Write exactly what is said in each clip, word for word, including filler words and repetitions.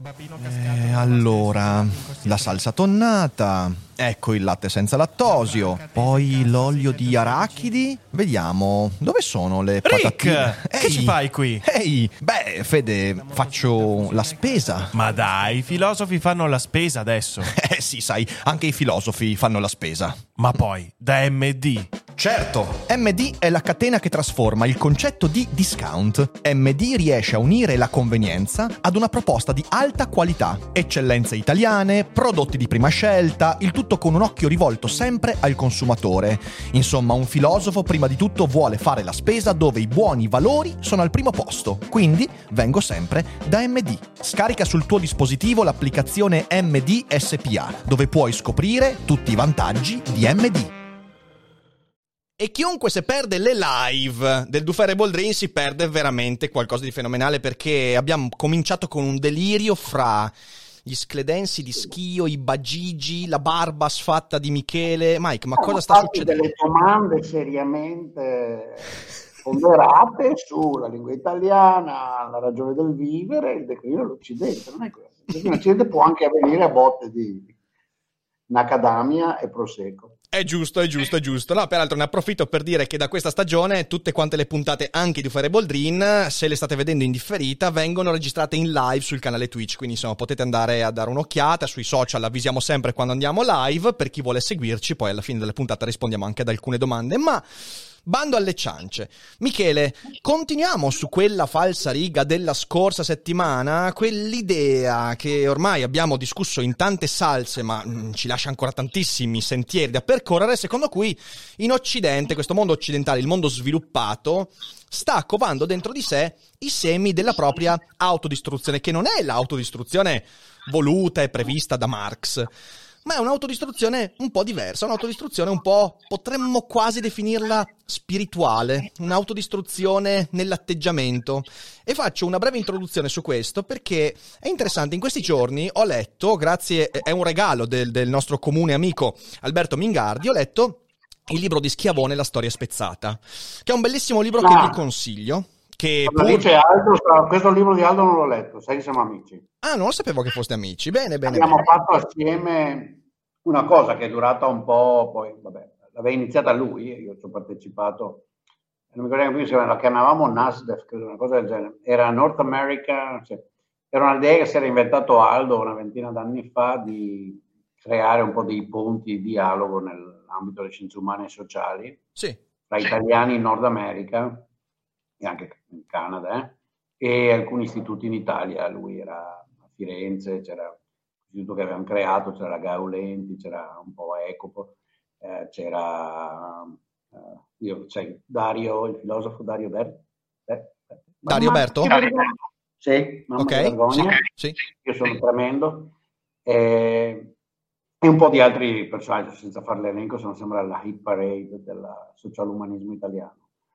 Eh, allora, la salsa tonnata, ecco il latte senza lattosio, poi l'olio di arachidi. Vediamo, dove sono le Rick, patatine? che ci fai qui? Ehi, beh, Fede, faccio la spesa. Ma dai, i filosofi fanno la spesa adesso. Eh sì, sai, anche i filosofi fanno la spesa. Ma poi, da M D. Certo, M D è la catena che trasforma il concetto di discount. M D riesce a unire la convenienza ad una proposta di alta qualità, eccellenze italiane, prodotti di prima scelta, il tutto con un occhio rivolto sempre al consumatore. Insomma, un filosofo prima di tutto vuole fare la spesa dove i buoni valori sono al primo posto. Quindi vengo sempre da M D. Scarica sul tuo dispositivo l'applicazione M D S P A, dove puoi scoprire tutti i vantaggi di M D. E chiunque se perde le live del Dufere Boldrin si perde veramente qualcosa di fenomenale, perché abbiamo cominciato con un delirio fra gli scledensi di Schio, i bagigi, la barba sfatta di Michele. Mike, ma cosa sta succedendo? Delle domande seriamente ponderate sulla lingua italiana, la ragione del vivere, il declino dell'Occidente. Non è questo. Il declino dell'Occidente può anche avvenire a botte di macadamia e prosecco. È giusto, è giusto, è giusto. No, peraltro ne approfitto per dire che da questa stagione tutte quante le puntate anche di Ufere Boldrin, se le state vedendo in differita, vengono registrate in live sul canale Twitch, quindi insomma potete andare a dare un'occhiata. Sui social avvisiamo sempre quando andiamo live, per chi vuole seguirci, poi alla fine della puntata rispondiamo anche ad alcune domande, ma bando alle ciance. Michele, continuiamo su quella falsa riga della scorsa settimana, quell'idea che ormai abbiamo discusso in tante salse, ma mh, ci lascia ancora tantissimi sentieri da percorrere, secondo cui in Occidente, questo mondo occidentale, il mondo sviluppato, sta covando dentro di sé i semi della propria autodistruzione, che non è l'autodistruzione voluta e prevista da Marx, ma è un'autodistruzione un po' diversa, un'autodistruzione un po', potremmo quasi definirla spirituale, un'autodistruzione nell'atteggiamento. E faccio una breve introduzione su questo perché è interessante. In questi giorni ho letto, grazie, è un regalo del, del nostro comune amico Alberto Mingardi, ho letto il libro di Schiavone, La storia spezzata, che è un bellissimo libro che vi consiglio. Che pur... dice Aldo, questo libro di Aldo non l'ho letto, sai che siamo amici. Ah, non lo sapevo che foste amici. Bene, bene. Abbiamo bene. fatto assieme una cosa che è durata un po', poi vabbè, l'aveva iniziata lui, io ci ho partecipato, non mi ricordo più se la chiamavamo NASDAQ, credo, una cosa del genere. Era North America, cioè, era un'idea che si era inventato Aldo una ventina d'anni fa di creare un po' dei ponti di dialogo nell'ambito delle scienze umane e sociali, sì, tra italiani in Nord America e anche in Canada, eh, e alcuni istituti in Italia. Lui era a Firenze, c'era l'istituto che avevamo creato, c'era Gaulenti, c'era un po' Ecopo, eh, c'era eh, io, cioè, Dario, il filosofo Dario Berto. Eh, Dario Berto? Sì, mamma okay, vergogna. Sì, sì. Io sono tremendo. Eh, e un po' di altri personaggi, senza fare l'elenco, se non sembra la hit parade del socialumanismo italiano.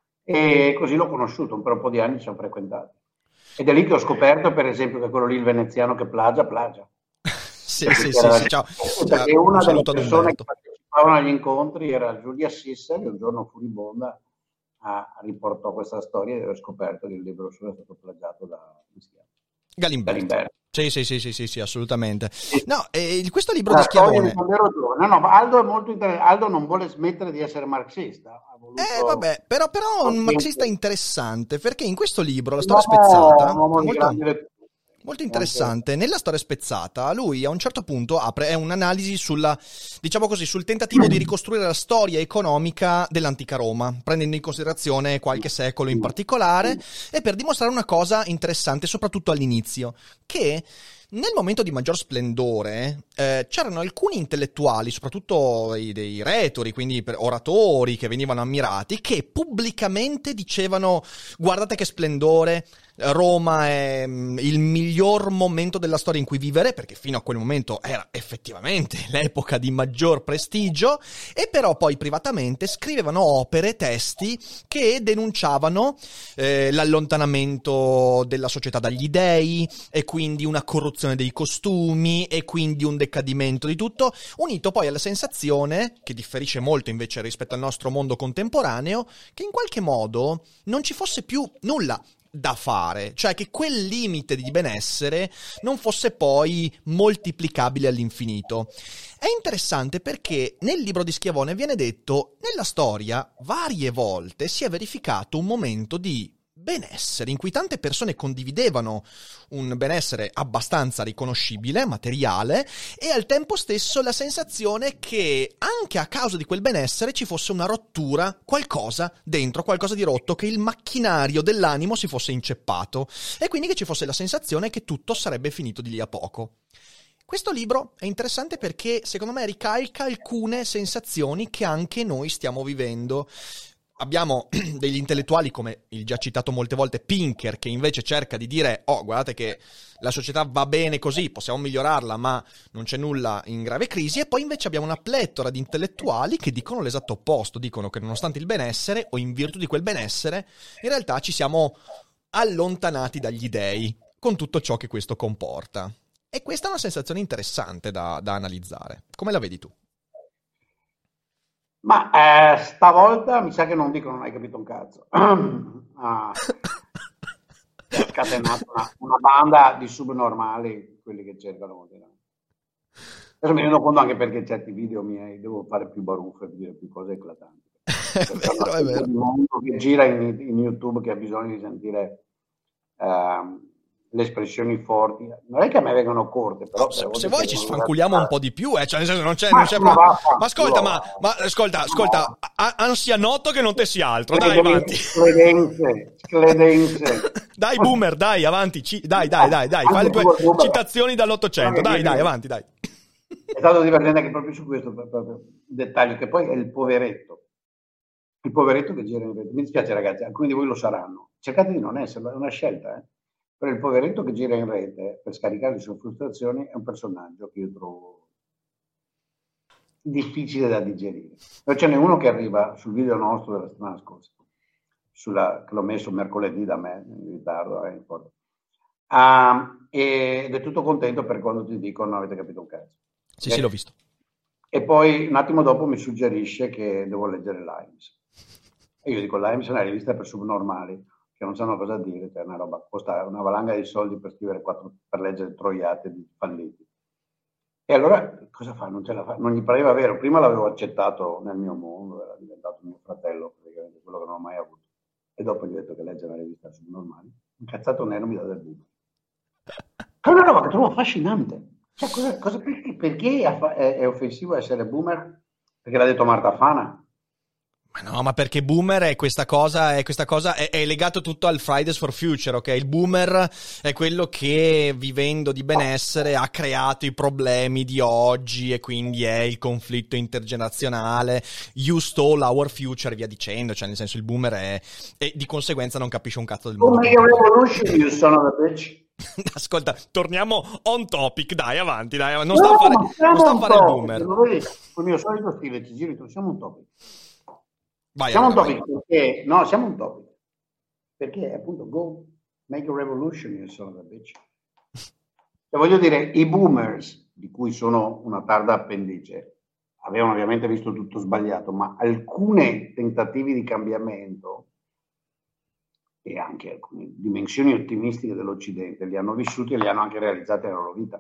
E così l'ho conosciuto, per un po' di anni ci siamo frequentati. Ed è lì che ho scoperto, per esempio, che quello lì, il veneziano che plagia, plagia. sì, sì, sì, sì, ciao. Perché ciao. una Un delle persone Umberto. che partecipavano agli incontri era Giulia Sissa, che un giorno furibonda a, riportò questa storia e ho scoperto che il libro suo è stato plagiato da Galimberto. Galimberto. Sì, sì, sì, sì, sì, sì, assolutamente. No, eh, questo libro la di Schiavone... Di no, no, Aldo è molto interessante. Aldo non vuole smettere di essere marxista. Ha voluto... Eh, vabbè, però, però è un marxista interessante, perché in questo libro, La no, storia spezzata... No, no, molto... grande... Molto interessante. Nella storia spezzata, lui a un certo punto apre è un'analisi sulla, diciamo così, sul tentativo di ricostruire la storia economica dell'antica Roma, prendendo in considerazione qualche secolo in particolare, e per dimostrare una cosa interessante, soprattutto all'inizio, che nel momento di maggior splendore eh, c'erano alcuni intellettuali, soprattutto i, dei retori, quindi oratori che venivano ammirati, che pubblicamente dicevano: guardate che splendore, Roma è il miglior momento della storia in cui vivere, perché fino a quel momento era effettivamente l'epoca di maggior prestigio. E però poi privatamente scrivevano opere, testi che denunciavano eh, l'allontanamento della società dagli dei, e quindi una corruzione dei costumi, e quindi un decadimento di tutto, unito poi alla sensazione, che differisce molto invece rispetto al nostro mondo contemporaneo, che in qualche modo non ci fosse più nulla da fare, cioè che quel limite di benessere non fosse poi moltiplicabile all'infinito. È interessante perché nel libro di Schiavone viene detto: nella storia varie volte si è verificato un momento di benessere in cui tante persone condividevano un benessere abbastanza riconoscibile, materiale, e al tempo stesso la sensazione che anche a causa di quel benessere ci fosse una rottura, qualcosa dentro, qualcosa di rotto, che il macchinario dell'animo si fosse inceppato e quindi che ci fosse la sensazione che tutto sarebbe finito di lì a poco. Questo libro è interessante perché secondo me ricalca alcune sensazioni che anche noi stiamo vivendo. Abbiamo degli intellettuali come il già citato molte volte Pinker, che invece cerca di dire: oh, guardate che la società va bene così, possiamo migliorarla, ma non c'è nulla in grave crisi. E poi invece abbiamo una pletora di intellettuali che dicono l'esatto opposto, dicono che nonostante il benessere, o in virtù di quel benessere, in realtà ci siamo allontanati dagli dei, con tutto ciò che questo comporta. E questa è una sensazione interessante da, da analizzare. Come la vedi tu? Ma eh, stavolta mi sa che non dico non hai capito un cazzo. Ah, si è scatenata una, una banda di subnormali, quelli che cercano. Adesso mi rendo conto anche perché certi video miei devo fare più baruffe, dire più cose eclatanti. È vero, è vero. Il mondo che gira in, in YouTube, che ha bisogno di sentire uh, le espressioni forti. Non è che a me vengono corte, però... No, se, se vuoi ci sfanculiamo un po' di più, eh. Cioè, nel senso, non c'è, non c'è ma, problema. ma, Ma ascolta, no, ma, ma ascolta, ascolta, a, ansia noto che non te sia altro, dai, Credemi, avanti. Scledenze, scledenze. Dai, boomer, dai, avanti, ci, dai, dai, dai, dai, fai le tue citazioni dall'Ottocento, dai, dai, avanti, dai. È stato divertente che proprio su questo proprio dettaglio, che poi è il poveretto. Il poveretto che gira in rete. Mi dispiace ragazzi, alcuni di voi lo saranno. Cercate di non esserlo, è una scelta, eh. Però il poveretto che gira in rete per scaricare le sue frustrazioni è un personaggio che io trovo difficile da digerire. Poi ce n'è uno che arriva sul video nostro della settimana scorsa, sulla, che l'ho messo mercoledì da me, in ritardo, eh, in fondo. Ah, ed è tutto contento per quando ti dicono non avete capito un cazzo. Sì, okay? Sì, l'ho visto. E poi un attimo dopo mi suggerisce che devo leggere Limes. E io dico, Limes è una rivista per subnormali, che non sanno cosa dire, cioè una roba, costa una valanga di soldi per scrivere quattro, per leggere troiate di falliti. E allora cosa fa? Non ce la fa, non gli pareva vero. Prima l'avevo accettato nel mio mondo, era diventato mio fratello, praticamente quello che non ho mai avuto. E dopo gli ho detto che legge una rivista subnormali. Incazzato nero mi dà del buco. È una roba che trovo affascinante. Cioè, cosa, cosa, perché, perché è, è offensivo essere boomer? Perché l'ha detto Marta Fana? Ma no, ma perché boomer è questa cosa, è questa cosa, è, è legato tutto al Fridays for Future, ok? Il boomer è quello che vivendo di benessere ha creato i problemi di oggi e quindi è il conflitto intergenerazionale, you stole our future e via dicendo, cioè nel senso il boomer è, e di conseguenza non capisce un cazzo del mondo. Come io revolution, you son of a bitch. Ascolta, torniamo on topic, dai, avanti, dai, non sta no, a fare, non sta a fare il boomer. Con il mio solito stile, ci giri tu, siamo un topic. Vai, siamo allora, un topic vai. Perché, no, siamo un topic. Perché appunto, go make a revolution, you son of a bitch. Cioè, voglio dire, i boomers, di cui sono una tarda appendice, avevano ovviamente visto tutto sbagliato, ma alcuni tentativi di cambiamento e anche alcune dimensioni ottimistiche dell'Occidente li hanno vissuti e li hanno anche realizzati nella loro vita.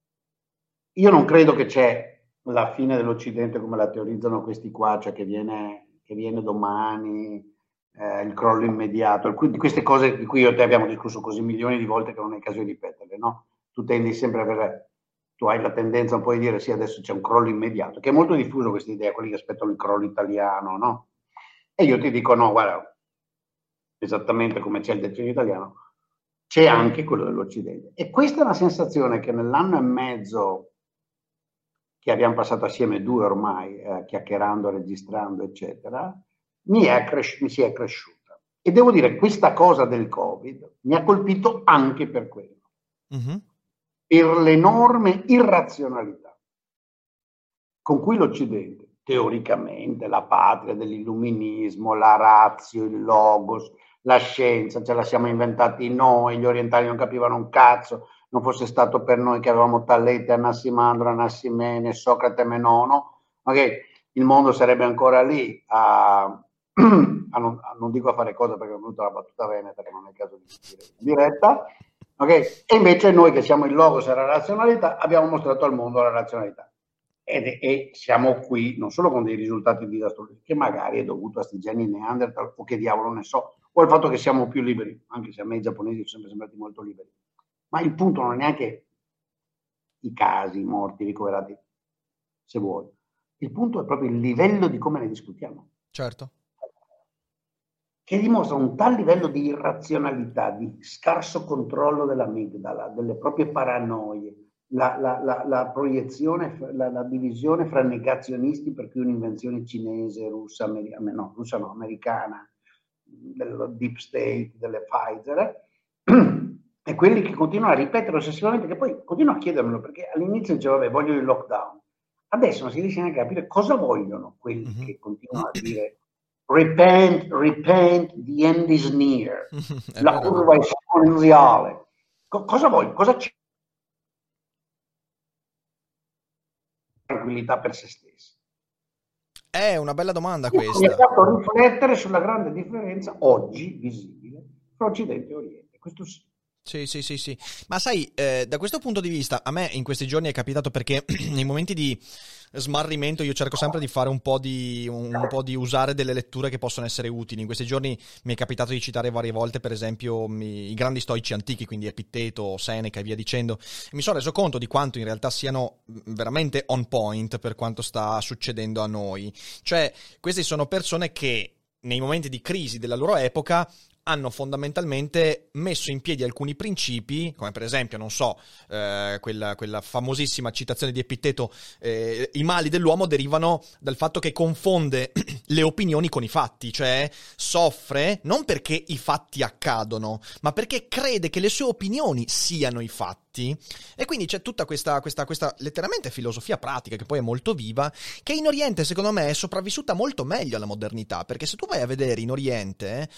Io non credo che c'è la fine dell'Occidente come la teorizzano questi qua, cioè che viene, che viene domani, eh, il crollo immediato, di queste cose di cui io e te abbiamo discusso così milioni di volte che non è il caso di ripeterle, no? Tu tendi sempre a avere, tu hai la tendenza un po' di dire sì, adesso c'è un crollo immediato, che è molto diffuso questa idea, quelli che aspettano il crollo italiano, no? E io ti dico no, guarda, esattamente come c'è il decennio italiano, c'è anche quello dell'Occidente. E questa è una sensazione che nell'anno e mezzo che abbiamo passato assieme, due ormai, eh, chiacchierando, registrando, eccetera, mi, è cres- mi si è cresciuta. E devo dire, questa cosa del Covid mi ha colpito anche per quello. Mm-hmm. Per l'enorme irrazionalità con cui l'Occidente, teoricamente, la patria dell'illuminismo, la ratio, il logos, la scienza, ce la siamo inventati noi, gli orientali non capivano un cazzo, non fosse stato per noi che avevamo Talete, Anassimandro, Anassimene, Socrate, Menono, okay, il mondo sarebbe ancora lì a, a non, a non dico a fare cosa perché è venuta la battuta veneta che non è il caso di dire in diretta, okay? E invece noi che siamo il logos e la razionalità abbiamo mostrato al mondo la razionalità ed, e siamo qui non solo con dei risultati disastrosi che magari è dovuto a sti geni Neanderthal o che diavolo ne so, o al fatto che siamo più liberi, anche se a me i giapponesi sono sempre sembrati molto liberi, ma il punto non è neanche i casi, i morti, i ricoverati, se vuoi. Il punto è proprio il livello di come ne discutiamo. Certo. Che dimostra un tal livello di irrazionalità, di scarso controllo dell'amigdala, delle proprie paranoie, la, la, la, la proiezione, la, la divisione fra negazionisti per cui un'invenzione cinese, russa, americana, no, russa no, americana, del deep state, delle Pfizer, e quelli che continuano a ripetere ossessivamente, che poi continuano a chiedermelo, perché all'inizio diceva, vabbè, voglio il lockdown. Adesso non si riesce neanche a capire cosa vogliono quelli mm-hmm. che continuano a dire repent, repent, the end is near, la vero. Curva esponenziale. Co- cosa vogliono? Cosa c'è? Tranquillità per se stessi. È una bella domanda Io questa. Mi ha fatto riflettere sulla grande differenza oggi visibile tra Occidente e Oriente. Questo sì. Sì, sì, sì, sì. Ma sai, eh, da questo punto di vista, a me in questi giorni è capitato perché nei momenti di smarrimento io cerco sempre di fare un po' di, un, un po' di usare delle letture che possono essere utili. In questi giorni mi è capitato di citare varie volte, per esempio, mi, i grandi stoici antichi, quindi Epitteto, Seneca e via dicendo. E mi sono reso conto di quanto in realtà siano veramente on point per quanto sta succedendo a noi. Cioè, queste sono persone che nei momenti di crisi della loro epoca hanno fondamentalmente messo in piedi alcuni principi, come per esempio, non so, eh, quella, quella famosissima citazione di Epitteto, eh, i mali dell'uomo derivano dal fatto che confonde le opinioni con i fatti, cioè soffre non perché i fatti accadono, ma perché crede che le sue opinioni siano i fatti. E quindi c'è tutta questa, questa, questa letteralmente filosofia pratica che poi è molto viva, che in Oriente secondo me è sopravvissuta molto meglio alla modernità, perché se tu vai a vedere in Oriente,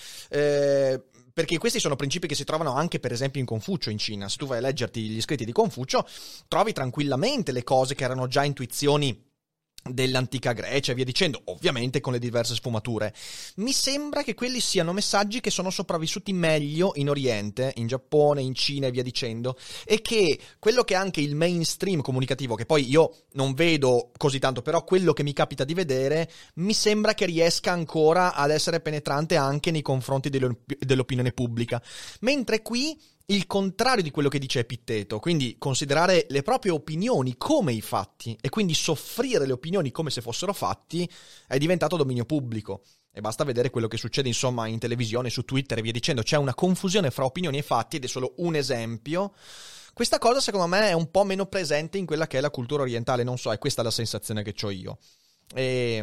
eh, perché questi sono principi che si trovano anche per esempio in Confucio in Cina, se tu vai a leggerti gli scritti di Confucio trovi tranquillamente le cose che erano già intuizioni dell'antica Grecia e via dicendo, ovviamente con le diverse sfumature. Mi sembra che quelli siano messaggi che sono sopravvissuti meglio in Oriente, in Giappone, in Cina e via dicendo, e che quello che è anche il mainstream comunicativo, che poi io non vedo così tanto, però quello che mi capita di vedere, mi sembra che riesca ancora ad essere penetrante anche nei confronti dell'opinione pubblica. Mentre qui il contrario di quello che dice Epitteto, quindi considerare le proprie opinioni come i fatti e quindi soffrire le opinioni come se fossero fatti è diventato dominio pubblico. E basta vedere quello che succede insomma in televisione, su Twitter e via dicendo, c'è una confusione fra opinioni e fatti ed è solo un esempio. Questa cosa secondo me è un po' meno presente in quella che è la cultura orientale, non so, è questa la sensazione che ho io. E...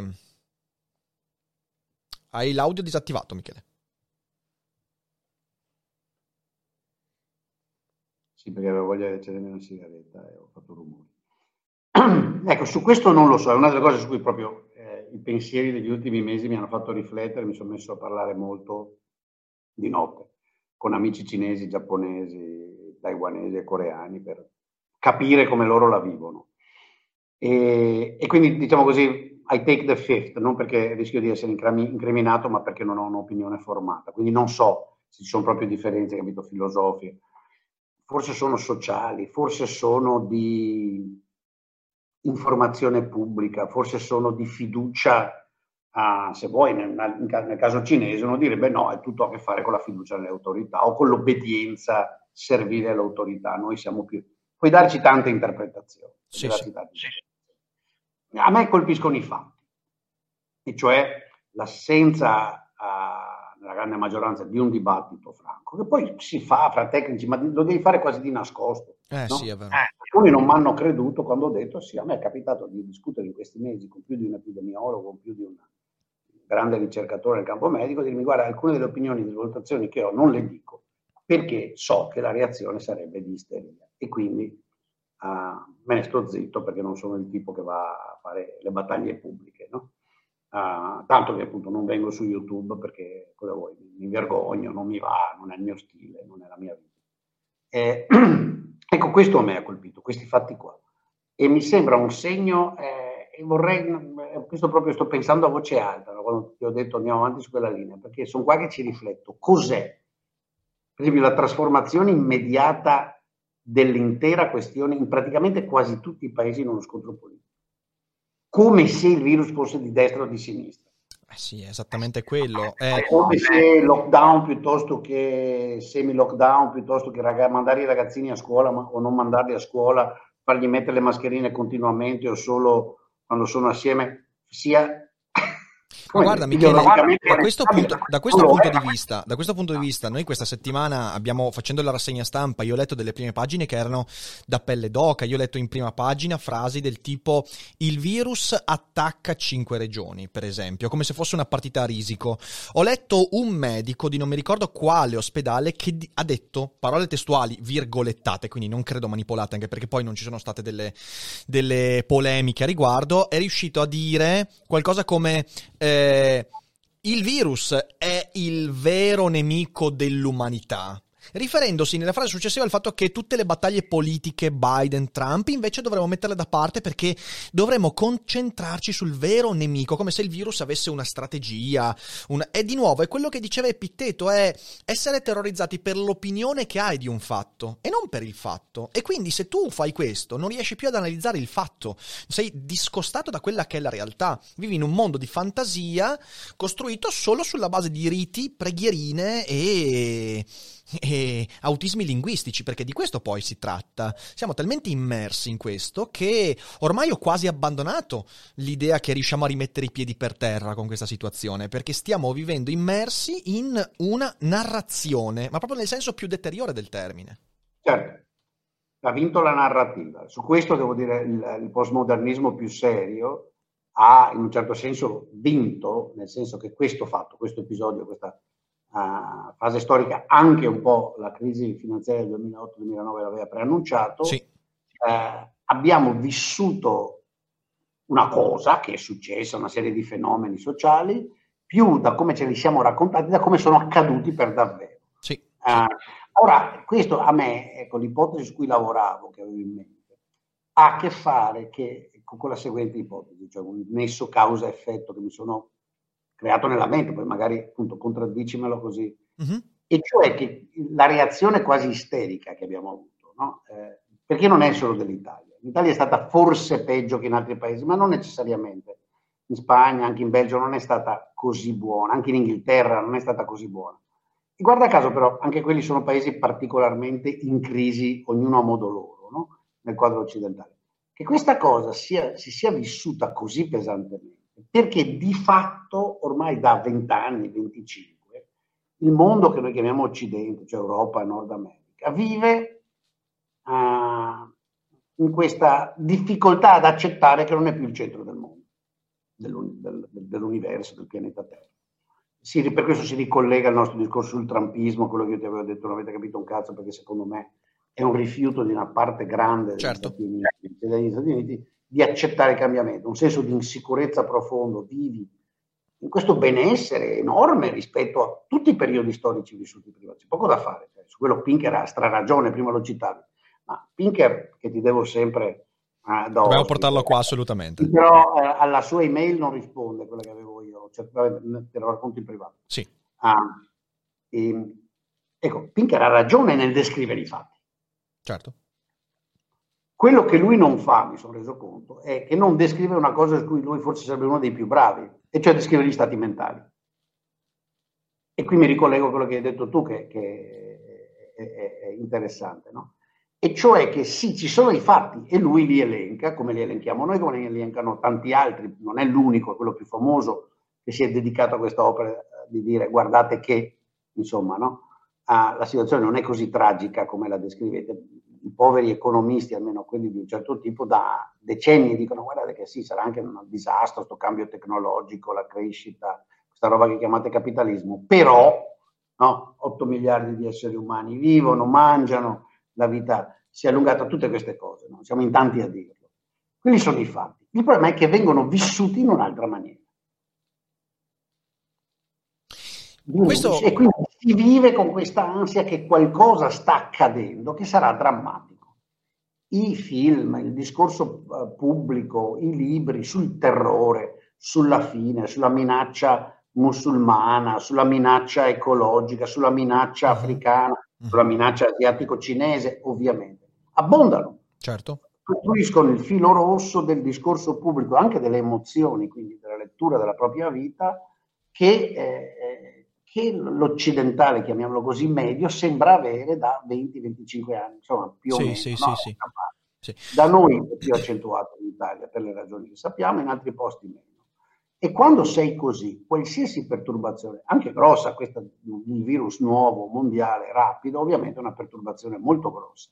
Hai l'audio disattivato, Michele? Sì, perché avevo voglia di accendermi una sigaretta e ho fatto rumore. Ecco, su questo non lo so, è una delle cose su cui proprio eh, i pensieri degli ultimi mesi mi hanno fatto riflettere, mi sono messo a parlare molto di notte con amici cinesi, giapponesi, taiwanesi e coreani per capire come loro la vivono. E, e quindi, diciamo così, I take the fifth, non perché rischio di essere incriminato, ma perché non ho un'opinione formata. Quindi non so se ci sono proprio differenze, capito, filosofiche. Forse sono sociali, forse sono di informazione pubblica, forse sono di fiducia, a, se vuoi, nel, nel caso cinese uno direbbe no, è tutto a che fare con la fiducia nelle autorità o con l'obbedienza servile all'autorità, noi siamo più... Puoi darci tante interpretazioni. Sì, sì. A me colpiscono i fatti, e cioè l'assenza... Uh, nella grande maggioranza di un dibattito franco, che poi si fa fra tecnici, ma lo devi fare quasi di nascosto. Eh, no? sì, è vero. Eh, alcuni non mi hanno creduto quando ho detto sì, a me è capitato di discutere in questi mesi con più di un epidemiologo, con più di un grande ricercatore nel campo medico, dirmi guarda, alcune delle opinioni, delle valutazioni che ho non le dico, perché so che la reazione sarebbe di isteria. E quindi uh, me ne sto zitto perché non sono il tipo che va a fare le battaglie pubbliche, no? Uh, tanto che appunto non vengo su YouTube perché cosa vuoi, mi vergogno, non mi va, non è il mio stile, non è la mia vita. Eh, ecco, questo a me ha colpito, questi fatti qua. E mi sembra un segno, eh, vorrei, questo proprio sto pensando a voce alta, no? Quando ti ho detto andiamo avanti su quella linea, perché sono qua che ci rifletto. Cos'è? Per esempio la trasformazione immediata dell'intera questione in praticamente quasi tutti i paesi in uno scontro politico. Come se il virus fosse di destra o di sinistra. Eh sì, è esattamente quello. È come se lockdown piuttosto che semi-lockdown, piuttosto che rag- mandare i ragazzini a scuola ma- o non mandarli a scuola, fargli mettere le mascherine continuamente o solo quando sono assieme, sia... Ma guarda Michele, da questo punto, da questo punto di vista, da questo punto di vista, noi questa settimana abbiamo, facendo la rassegna stampa, io ho letto delle prime pagine che erano da pelle d'oca. Io ho letto in prima pagina frasi del tipo: il virus attacca cinque regioni, per esempio, come se fosse una partita a risico. Ho letto un medico di non mi ricordo quale ospedale che di- ha detto, parole testuali, virgolettate, quindi non credo manipolate, anche perché poi non ci sono state delle, delle polemiche a riguardo, è riuscito a dire qualcosa come... Eh, il virus è il vero nemico dell'umanità, riferendosi nella frase successiva al fatto che tutte le battaglie politiche Biden-Trump invece dovremmo metterle da parte perché dovremmo concentrarci sul vero nemico, come se il virus avesse una strategia. Una... E di nuovo è quello che diceva Epitteto, è essere terrorizzati per l'opinione che hai di un fatto e non per il fatto. E quindi se tu fai questo non riesci più ad analizzare il fatto, sei discostato da quella che è la realtà, vivi in un mondo di fantasia costruito solo sulla base di riti, preghierine e... e autismi linguistici, perché di questo poi si tratta. Siamo talmente immersi in questo che ormai ho quasi abbandonato l'idea che riusciamo a rimettere i piedi per terra con questa situazione, perché stiamo vivendo immersi in una narrazione, ma proprio nel senso più deteriore del termine. Certo, ha vinto la narrativa. Su questo devo dire il, il postmodernismo più serio ha in un certo senso vinto, nel senso che questo fatto, questo episodio, questa Uh, fase storica, anche un po' la crisi finanziaria del duemilaotto duemilanove l'aveva preannunciato, sì. uh, abbiamo vissuto una cosa che è successa, una serie di fenomeni sociali, più da come ce li siamo raccontati, da come sono accaduti per davvero. Sì. Uh, ora, questo a me, ecco, l'ipotesi su cui lavoravo, che avevo in mente, ha a che fare che, con la seguente ipotesi, cioè un nesso causa-effetto che mi sono creato nella mente, poi magari appunto contraddicimelo così, uh-huh. E cioè che la reazione quasi isterica che abbiamo avuto, no? Eh, perché non è solo dell'Italia, l'Italia è stata forse peggio che in altri paesi, ma non necessariamente. In Spagna, anche in Belgio non è stata così buona, anche in Inghilterra non è stata così buona. E guarda caso però, anche quelli sono paesi particolarmente in crisi, ognuno a modo loro, no? Nel quadro occidentale. Che questa cosa sia, si sia vissuta così pesantemente, perché di fatto ormai da vent'anni, venticinque, il mondo che noi chiamiamo Occidente, cioè Europa e Nord America, vive uh, in questa difficoltà ad accettare che non è più il centro del mondo, dell'un- del, dell'universo, del pianeta Terra. Si, per questo si ricollega al nostro discorso sul trumpismo, quello che io ti avevo detto, non avete capito un cazzo, perché secondo me è un rifiuto di una parte grande degli, certo. Stati Uniti, degli Stati Uniti di accettare il cambiamento, un senso di insicurezza profondo, vivi in questo benessere enorme rispetto a tutti i periodi storici vissuti prima. C'è poco da fare, cioè, su quello Pinker ha straragione, prima lo citavi, ma Pinker, che ti devo sempre eh, dobbiamo ospite, portarlo qua assolutamente, però eh, alla sua email non risponde, quella che avevo io, cioè, te lo racconto in privato. Sì. Ah, e, ecco, Pinker ha ragione nel descrivere i fatti. Certo. Quello che lui non fa, mi sono reso conto, è che non descrive una cosa su cui lui forse sarebbe uno dei più bravi, e cioè descrivere gli stati mentali. E qui mi ricollego a quello che hai detto tu, che, che è, è, è interessante, no? E cioè che sì, ci sono i fatti, e lui li elenca, come li elenchiamo noi, come li elencano tanti altri, non è l'unico, è quello più famoso che si è dedicato a questa opera di dire guardate che, insomma, no? Ah, la situazione non è così tragica come la descrivete. I poveri economisti, almeno quelli di un certo tipo, da decenni dicono guardate che sì, sarà anche un disastro, sto cambio tecnologico, la crescita, questa roba che chiamate capitalismo, però no, otto miliardi di esseri umani vivono, mangiano, la vita si è allungata, tutte queste cose, no? Siamo in tanti a dirlo. Quelli sono i fatti. Il problema è che vengono vissuti in un'altra maniera. Questo... E quindi si vive con questa ansia che qualcosa sta accadendo, che sarà drammatico. i film, il discorso uh, pubblico, i libri sul terrore, sulla fine, sulla minaccia musulmana, sulla minaccia ecologica, sulla minaccia africana, mm-hmm. sulla minaccia asiatico-cinese, ovviamente, abbondano. Certo. Costruiscono il filo rosso del discorso pubblico, anche delle emozioni, quindi della lettura della propria vita, che, eh, che l'occidentale, chiamiamolo così, medio, sembra avere da venti venticinque anni, insomma, più sì, o meno. Sì, no? sì, sì. Da noi è più accentuato in Italia, per le ragioni che sappiamo, in altri posti meno. E quando sei così, qualsiasi perturbazione, anche grossa, questa il virus nuovo, mondiale, rapido, ovviamente è una perturbazione molto grossa,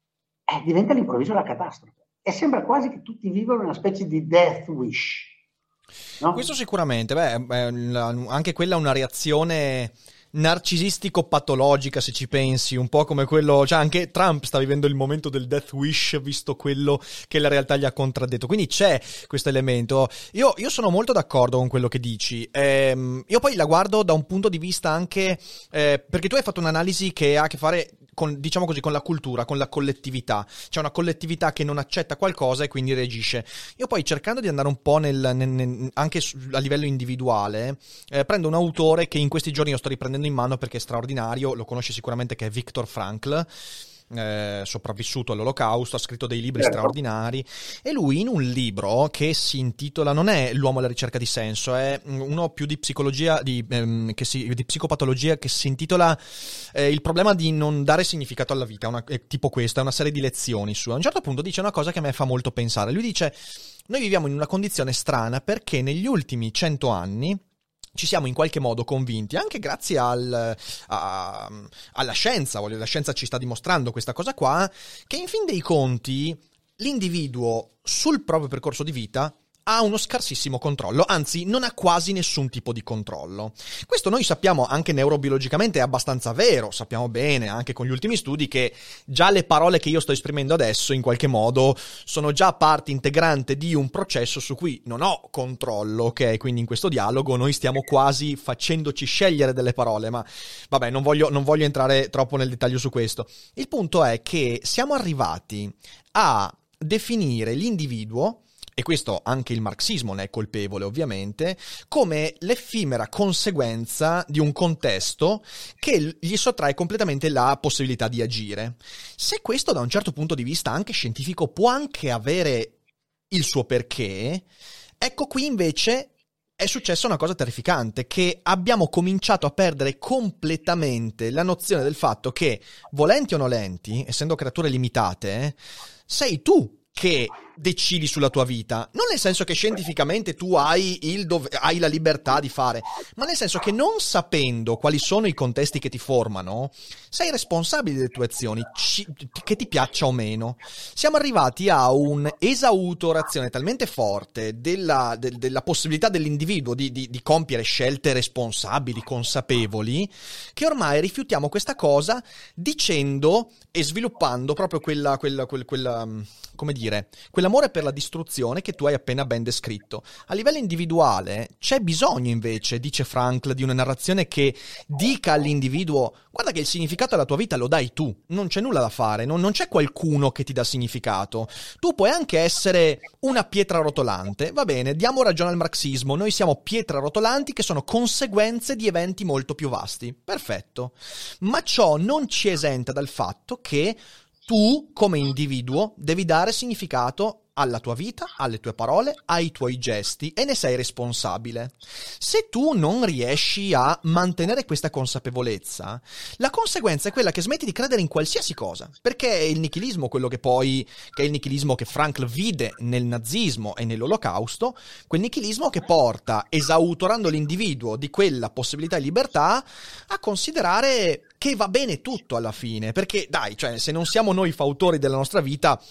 eh, diventa all'improvviso la catastrofe. E sembra quasi che tutti vivono una specie di death wish. No? Questo sicuramente, beh, anche quella è una reazione narcisistico-patologica, se ci pensi, un po' come quello, cioè anche Trump sta vivendo il momento del death wish, visto quello che la realtà gli ha contraddetto, quindi c'è questo elemento. Io, io sono molto d'accordo con quello che dici, ehm, io poi la guardo da un punto di vista anche, eh, perché tu hai fatto un'analisi che ha a che fare con, diciamo così, con la cultura, con la collettività. C'è una collettività che non accetta qualcosa e quindi reagisce. Io poi, cercando di andare un po' nel, nel, nel anche su, a livello individuale, eh, prendo un autore che in questi giorni io sto riprendendo in mano perché è straordinario, lo conosci sicuramente, che è Viktor Frankl. Eh, sopravvissuto all'Olocausto, ha scritto dei libri certo. straordinari, e lui in un libro che si intitola, non è L'uomo alla ricerca di senso, è uno più di psicologia, di, ehm, che si, di psicopatologia, che si intitola eh, Il problema di non dare significato alla vita, una, è tipo questa, è una serie di lezioni su. A un certo punto dice una cosa che a me fa molto pensare. Lui dice: noi viviamo in una condizione strana perché negli ultimi cento anni ci siamo in qualche modo convinti, anche grazie al, a, alla scienza, voglio, la scienza ci sta dimostrando questa cosa qua, che in fin dei conti l'individuo sul proprio percorso di vita ha uno scarsissimo controllo, anzi non ha quasi nessun tipo di controllo. Questo noi sappiamo anche neurobiologicamente è abbastanza vero, sappiamo bene anche con gli ultimi studi che già le parole che io sto esprimendo adesso in qualche modo sono già parte integrante di un processo su cui non ho controllo, ok? Quindi in questo dialogo noi stiamo quasi facendoci scegliere delle parole, ma vabbè, non voglio, non voglio entrare troppo nel dettaglio su questo. Il punto è che siamo arrivati a definire l'individuo, e questo anche il marxismo ne è colpevole ovviamente, come l'effimera conseguenza di un contesto che gli sottrae completamente la possibilità di agire. Se questo da un certo punto di vista anche scientifico può anche avere il suo perché, ecco qui invece è successa una cosa terrificante, che abbiamo cominciato a perdere completamente la nozione del fatto che, volenti o nolenti, essendo creature limitate, sei tu che decidi sulla tua vita, non nel senso che scientificamente tu hai, il dov- hai la libertà di fare, ma nel senso che non sapendo quali sono i contesti che ti formano, sei responsabile delle tue azioni, ci- che ti piaccia o meno. Siamo arrivati a un'esautorazione talmente forte della, de- della possibilità dell'individuo di, di, di compiere scelte responsabili, consapevoli, che ormai rifiutiamo questa cosa dicendo e sviluppando proprio quella, quella, quella, quella come dire, quell'amore per la distruzione che tu hai appena ben descritto. A livello individuale c'è bisogno invece, dice Frankl, di una narrazione che dica all'individuo: guarda che il significato alla tua vita lo dai tu, non c'è nulla da fare, non, non c'è qualcuno che ti dà significato. Tu puoi anche essere una pietra rotolante, va bene, diamo ragione al marxismo, noi siamo pietre rotolanti che sono conseguenze di eventi molto più vasti, perfetto, ma ciò non ci esenta dal fatto che tu, come individuo, devi dare significato alla tua vita, alle tue parole, ai tuoi gesti, e ne sei responsabile. Se tu non riesci a mantenere questa consapevolezza, la conseguenza è quella che smetti di credere in qualsiasi cosa, perché è il nichilismo quello che poi, che è il nichilismo che Frankl vide nel nazismo e nell'Olocausto, quel nichilismo che porta, esautorando l'individuo di quella possibilità di libertà, a considerare che va bene tutto alla fine, perché dai, cioè, se non siamo noi fautori della nostra vita,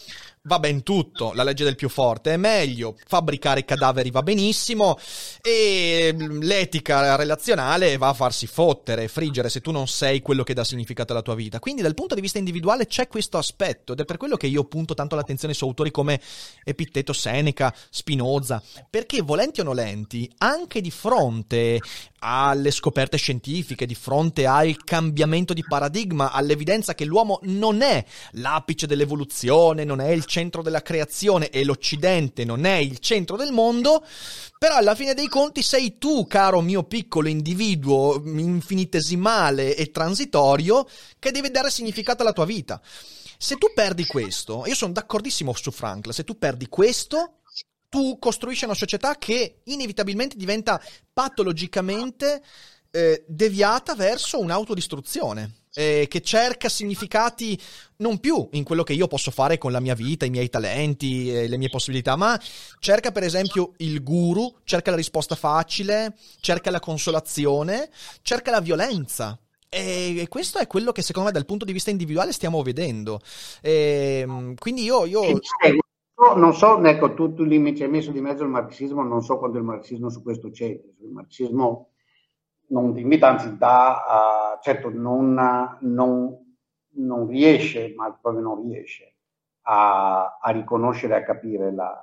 va ben tutto, la legge del più forte è meglio, fabbricare i cadaveri va benissimo e l'etica relazionale va a farsi fottere, friggere se tu non sei quello che dà significato alla tua vita. Quindi dal punto di vista individuale c'è questo aspetto ed è per quello che io punto tanto l'attenzione su autori come Epitteto, Seneca, Spinoza, perché volenti o nolenti, anche di fronte alle scoperte scientifiche, di fronte al cambiamento di paradigma, all'evidenza che l'uomo non è l'apice dell'evoluzione, non è il centro della creazione e l'Occidente non è il centro del mondo, però alla fine dei conti sei tu, caro mio piccolo individuo infinitesimale e transitorio, che deve dare significato alla tua vita. Se tu perdi questo, io sono d'accordissimo su Frankl, se tu perdi questo, tu costruisci una società che inevitabilmente diventa patologicamente eh, deviata verso un'autodistruzione, eh, che cerca significati non più in quello che io posso fare con la mia vita, i miei talenti, eh, le mie possibilità, ma cerca per esempio il guru, cerca la risposta facile, cerca la consolazione, cerca la violenza. E questo è quello che secondo me dal punto di vista individuale stiamo vedendo. E, quindi io... io... Non so, ecco, tu, tu lì mi ci hai messo di mezzo il marxismo, non so quanto il marxismo su questo c'è. Il marxismo non ti invita, anzi dà, uh, certo non, non, non riesce, ma proprio non riesce a, a riconoscere e a capire la,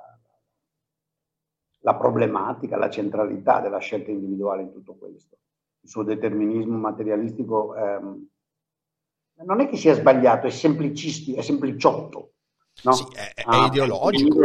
la problematica, la centralità della scelta individuale in tutto questo. Il suo determinismo materialistico ehm, non è che sia sbagliato, è semplicistico, è sempliciotto. No? Sì, è, è ah, ideologico.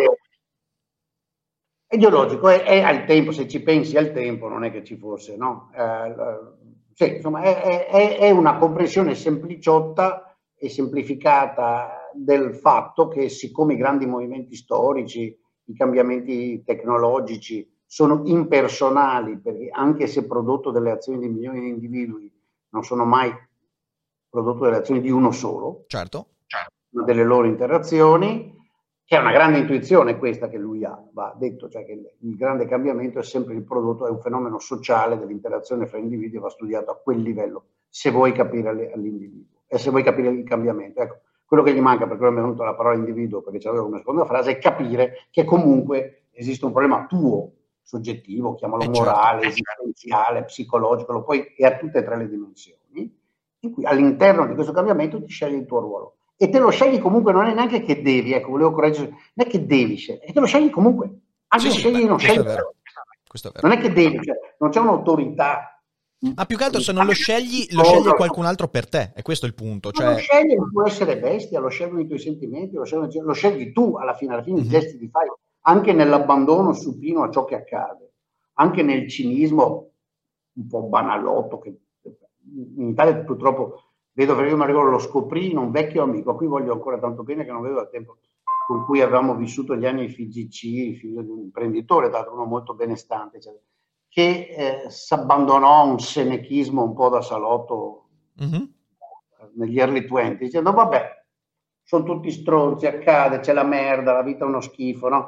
È ideologico, è, è al tempo, se ci pensi al tempo non è che ci fosse, no? Eh, sì, insomma, è, è, è una comprensione sempliciotta e semplificata del fatto che siccome i grandi movimenti storici, i cambiamenti tecnologici sono impersonali, perché anche se prodotto delle azioni di milioni di individui, non sono mai prodotto delle azioni di uno solo. Certo. Delle loro interazioni, che è una grande intuizione questa che lui ha, va detto, cioè che il grande cambiamento è sempre il prodotto, è un fenomeno sociale dell'interazione fra individui e va studiato a quel livello, se vuoi capire all'individuo e se vuoi capire il cambiamento. Ecco, quello che gli manca, per quello mi è venuta la parola individuo, perché ce l'avevo come seconda frase, è capire che comunque esiste un problema tuo, soggettivo, chiamalo eh morale, certo. esistenziale, psicologico, lo puoi, e a tutte e tre le dimensioni, in cui all'interno di questo cambiamento ti scegli il tuo ruolo. E te lo scegli comunque, non è neanche che devi, ecco, volevo correggere, non è che devi scegliere, te lo scegli comunque, anche sì, se scegli beh, non questo scegli. è vero. Questo è vero. Non è che devi, cioè, non c'è un'autorità. Ah, più che altro se non lo scegli, lo sceglie qualcun altro per te, e questo è il punto. Cioè... lo scegli, può essere bestia, lo scelgono i tuoi sentimenti, lo scegli, lo scegli tu alla fine, alla fine mm-hmm. i gesti li fai, anche nell'abbandono supino a ciò che accade, anche nel cinismo un po' banalotto, che in Italia purtroppo vedo, perché io mi ricordo, lo scoprì in un vecchio amico, a cui voglio ancora tanto bene, che non vedo da tempo, con cui avevamo vissuto gli anni F G C, figlio di un imprenditore, tra l'altro uno molto benestante, cioè, che eh, si abbandonò a un senechismo un po' da salotto mm-hmm. negli early twenty, dicendo vabbè, sono tutti stronzi, accade, c'è la merda, la vita è uno schifo, no?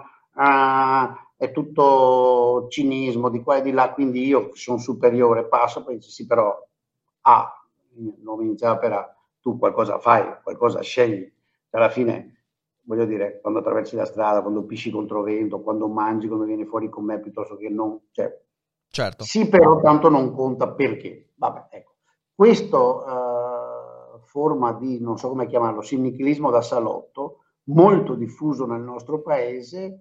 Ah, è tutto cinismo di qua e di là, quindi io sono superiore, passo, poi dice sì, però ah, non iniziava per A, tu qualcosa fai, qualcosa scegli, alla fine, voglio dire, quando attraversi la strada, quando pisci contro vento, quando mangi, quando vieni fuori con me, piuttosto che non, cioè, certo. Sì, però tanto non conta perché, vabbè, ecco, questo uh, forma di, non so come chiamarlo, nichilismo da salotto, molto diffuso nel nostro paese,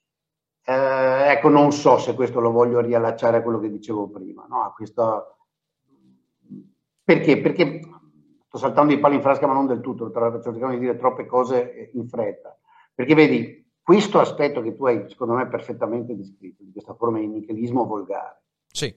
eh, ecco, non so se questo lo voglio riallacciare a quello che dicevo prima, no? A questo... Perché? Perché sto saltando i pali in frasca, ma non del tutto, sto cercando di dire troppe cose in fretta. Perché vedi, questo aspetto che tu hai, secondo me, perfettamente descritto, di questa forma di nichilismo volgare. Sì.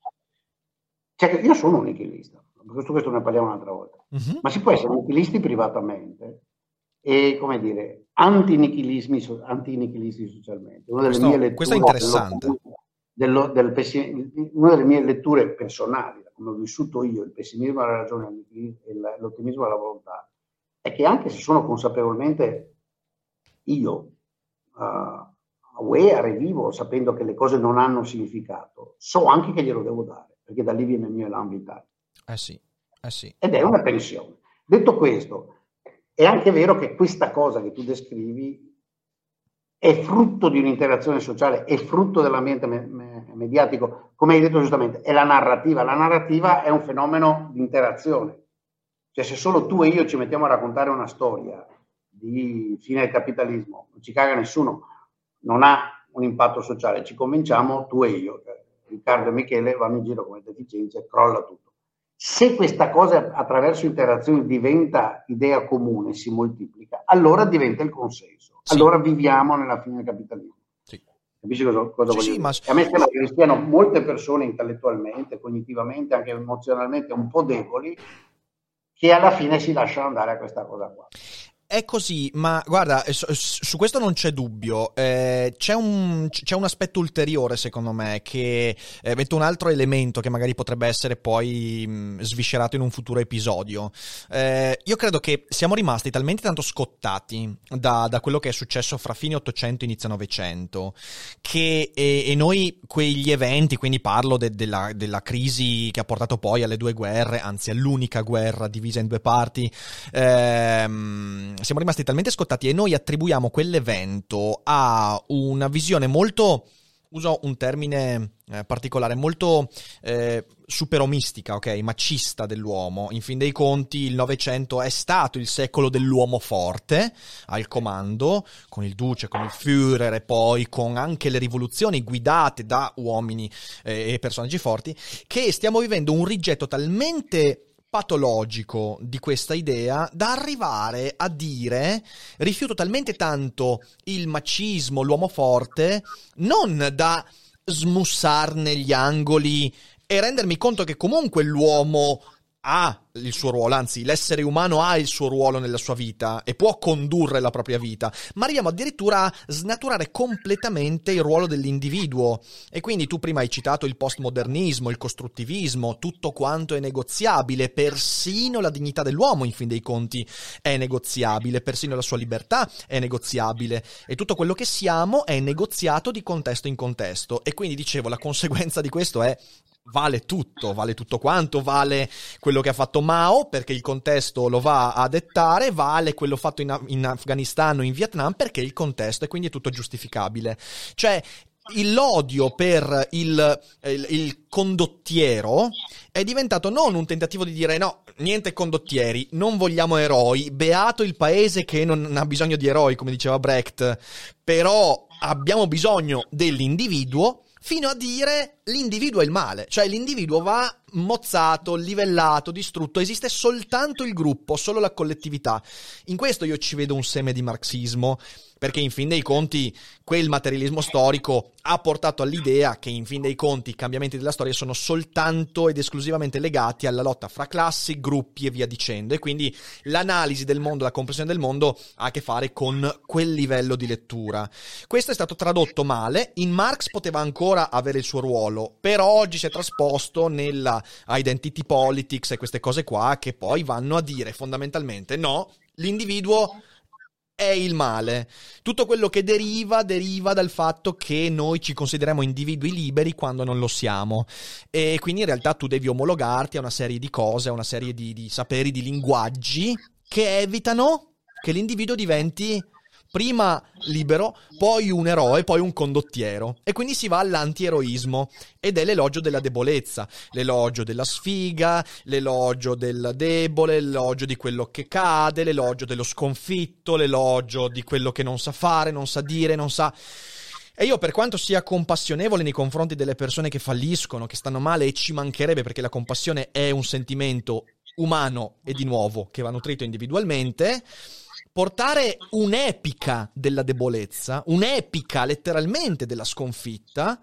Cioè, io sono un nichilista, questo, questo ne parliamo un'altra volta, uh-huh. ma si può essere nichilisti privatamente e, come dire, anti-nichilismi, anti-nichilisti socialmente. Una delle questo, mie letture, questo è interessante. Dello, del pessim- una delle mie letture personali, come ho vissuto io, il pessimismo alla ragione e l'ottimismo alla volontà, è che anche se sono consapevolmente io uh, aware, vivo, sapendo che le cose non hanno significato, so anche che glielo devo dare, perché da lì viene il mio elan vitale. Eh sì, eh sì. Ed è una pensione. Detto questo, è anche vero che questa cosa che tu descrivi è frutto di un'interazione sociale, è frutto dell'ambiente me- me- mediatico, come hai detto giustamente, è la narrativa. La narrativa è un fenomeno di interazione. Cioè, se solo tu e io ci mettiamo a raccontare una storia di fine del capitalismo, non ci caga nessuno, non ha un impatto sociale, ci convinciamo tu e io, Riccardo e Michele vanno in giro come deficienze e crolla tutto. Se questa cosa attraverso interazioni diventa idea comune, si moltiplica, allora diventa il consenso, sì. Allora viviamo nella fine del capitalismo. Sì. Capisci cosa, cosa sì, voglio sì, dire? Ma... A me sembra che siano molte persone intellettualmente, cognitivamente, anche emozionalmente un po' deboli, che alla fine si lasciano andare a questa cosa qua. È così, ma guarda, su questo non c'è dubbio. Eh, c'è, un, c'è un aspetto ulteriore, secondo me, che eh, metto un altro elemento che magari potrebbe essere poi mh, sviscerato in un futuro episodio. Eh, io credo che siamo rimasti talmente tanto scottati da, da quello che è successo fra fine Ottocento e inizio Novecento, che e, e noi quegli eventi, quindi parlo de, della, della crisi che ha portato poi alle due guerre, anzi all'unica guerra divisa in due parti, ehm, siamo rimasti talmente scottati e noi attribuiamo quell'evento a una visione molto, uso un termine eh, particolare, molto eh, superomistica, ok, macista dell'uomo. In fin dei conti il Novecento è stato il secolo dell'uomo forte al comando, con il Duce, con il Führer e poi con anche le rivoluzioni guidate da uomini eh, e personaggi forti, che stiamo vivendo un rigetto talmente patologico di questa idea da arrivare a dire rifiuto talmente tanto il macismo, l'uomo forte, non da smussarne gli angoli e rendermi conto che comunque l'uomo ha il suo ruolo, anzi l'essere umano ha il suo ruolo nella sua vita e può condurre la propria vita, ma arriviamo addirittura a snaturare completamente il ruolo dell'individuo. E quindi tu prima hai citato il postmodernismo, il costruttivismo, tutto quanto è negoziabile, persino la dignità dell'uomo in fin dei conti è negoziabile, persino la sua libertà è negoziabile e tutto quello che siamo è negoziato di contesto in contesto. E quindi dicevo, la conseguenza di questo è vale tutto, vale tutto quanto, vale quello che ha fatto Mao perché il contesto lo va a dettare, vale quello fatto in, in Afghanistan o in Vietnam perché il contesto, e quindi è tutto giustificabile. Cioè l'odio per il, il, il condottiero è diventato non un tentativo di dire no, niente condottieri, non vogliamo eroi, beato il paese che non ha bisogno di eroi, come diceva Brecht, però abbiamo bisogno dell'individuo, fino a dire l'individuo è il male, cioè l'individuo va mozzato, livellato, distrutto, esiste soltanto il gruppo, solo la collettività. In questo io ci vedo un seme di marxismo, perché in fin dei conti quel materialismo storico ha portato all'idea che in fin dei conti i cambiamenti della storia sono soltanto ed esclusivamente legati alla lotta fra classi, gruppi e via dicendo, e quindi l'analisi del mondo, la comprensione del mondo ha a che fare con quel livello di lettura. Questo è stato tradotto male, in Marx poteva ancora avere il suo ruolo, però oggi si è trasposto nella identity politics e queste cose qua che poi vanno a dire fondamentalmente no, l'individuo è il male. Tutto quello che deriva, deriva dal fatto che noi ci consideriamo individui liberi quando non lo siamo. E quindi in realtà tu devi omologarti a una serie di cose, a una serie di, di saperi, di linguaggi che evitano che l'individuo diventi prima libero, poi un eroe, poi un condottiero. E quindi si va all'antieroismo ed è l'elogio della debolezza, l'elogio della sfiga, l'elogio del debole, l'elogio di quello che cade, l'elogio dello sconfitto, l'elogio di quello che non sa fare, non sa dire, non sa... E io, per quanto sia compassionevole nei confronti delle persone che falliscono, che stanno male, e ci mancherebbe, perché la compassione è un sentimento umano e di nuovo che va nutrito individualmente, portare un'epica della debolezza, un'epica letteralmente della sconfitta,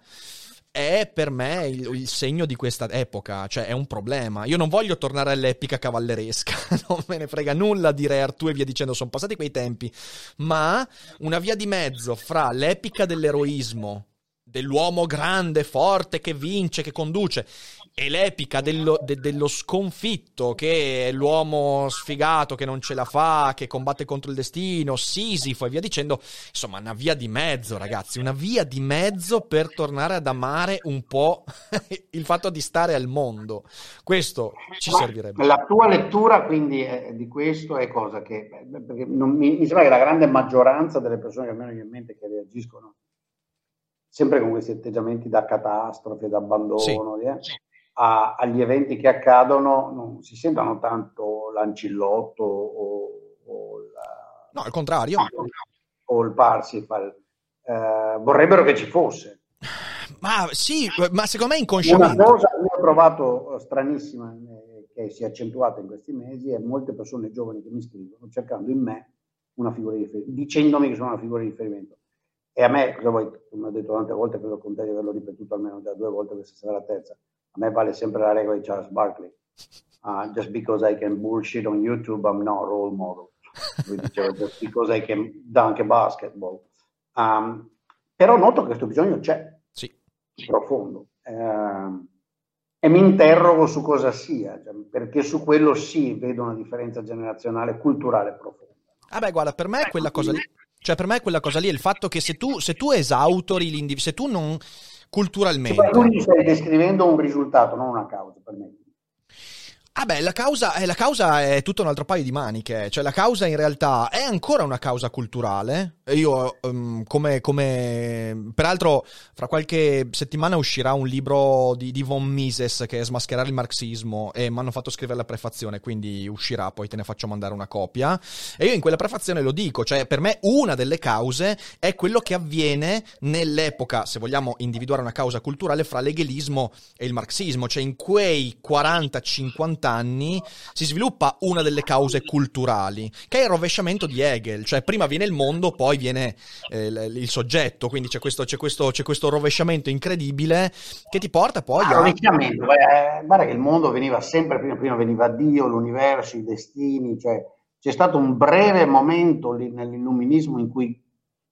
è per me il, il segno di questa epoca, cioè è un problema. Io non voglio tornare all'epica cavalleresca, non me ne frega nulla di Re Artù e via dicendo, sono passati quei tempi, ma una via di mezzo fra l'epica dell'eroismo, dell'uomo grande, forte, che vince, che conduce, e l'epica dello, de, dello sconfitto, che è l'uomo sfigato che non ce la fa, che combatte contro il destino, Sisifo e via dicendo, insomma una via di mezzo, ragazzi, una via di mezzo per tornare ad amare un po' il fatto di stare al mondo. Questo ci Ma servirebbe. la tua lettura quindi è, di questo è cosa che, perché non, mi, mi sembra che la grande maggioranza delle persone che almeno io in mente che reagiscono sempre con questi atteggiamenti da catastrofe, da abbandono, Sì. eh, a, agli eventi che accadono, non si sentono tanto l'ancillotto o, o, la, No, al contrario. o il Parsifal. Eh, vorrebbero che ci fosse. Ma sì, ma secondo me Una inconsciamente. cosa che ho trovato stranissima, eh, che si è accentuata in questi mesi, è molte persone giovani che mi scrivono cercando in me una figura di riferimento, dicendomi che sono una figura di riferimento. E a me, cosa vuoi, come ho detto tante volte, credo con te di averlo ripetuto almeno da due volte, questa sarà la terza, a me vale sempre la regola di Charles Barkley. Uh, just because I can bullshit on YouTube, I'm not a role model. Lui diceva, just because I can dunk a basketball. Um, però noto che questo bisogno c'è, Sì. profondo. Uh, e mi interrogo su cosa sia, cioè, perché su quello sì vedo una differenza generazionale, culturale profonda. Ah beh, guarda, per me è quella cosa lì. Cioè, per me è quella cosa lì, è il fatto che se tu, se tu esautori l'individuo, se tu non culturalmente... Cioè, tu gli stai descrivendo un risultato, non una causa, per me. Ah beh, la causa, eh, la causa è tutto un altro paio di maniche, cioè la causa in realtà è ancora una causa culturale. Io um, come, come peraltro fra qualche settimana uscirà un libro di, di von Mises che è Smascherare il marxismo e mi hanno fatto scrivere la prefazione, quindi uscirà, poi te ne faccio mandare una copia. E io in quella prefazione lo dico, cioè per me una delle cause è quello che avviene nell'epoca, se vogliamo individuare una causa culturale, fra l'egelismo e il marxismo, cioè in quei quaranta cinquanta anni si sviluppa una delle cause culturali, che è il rovesciamento di Hegel, cioè prima viene il mondo, poi viene eh, il soggetto, quindi c'è questo, c'è, questo, c'è questo rovesciamento incredibile che ti porta poi ah, a... rovesciamento, eh, guarda che il mondo veniva sempre prima, prima veniva Dio, l'universo, i destini, cioè c'è stato un breve momento lì nell'illuminismo in cui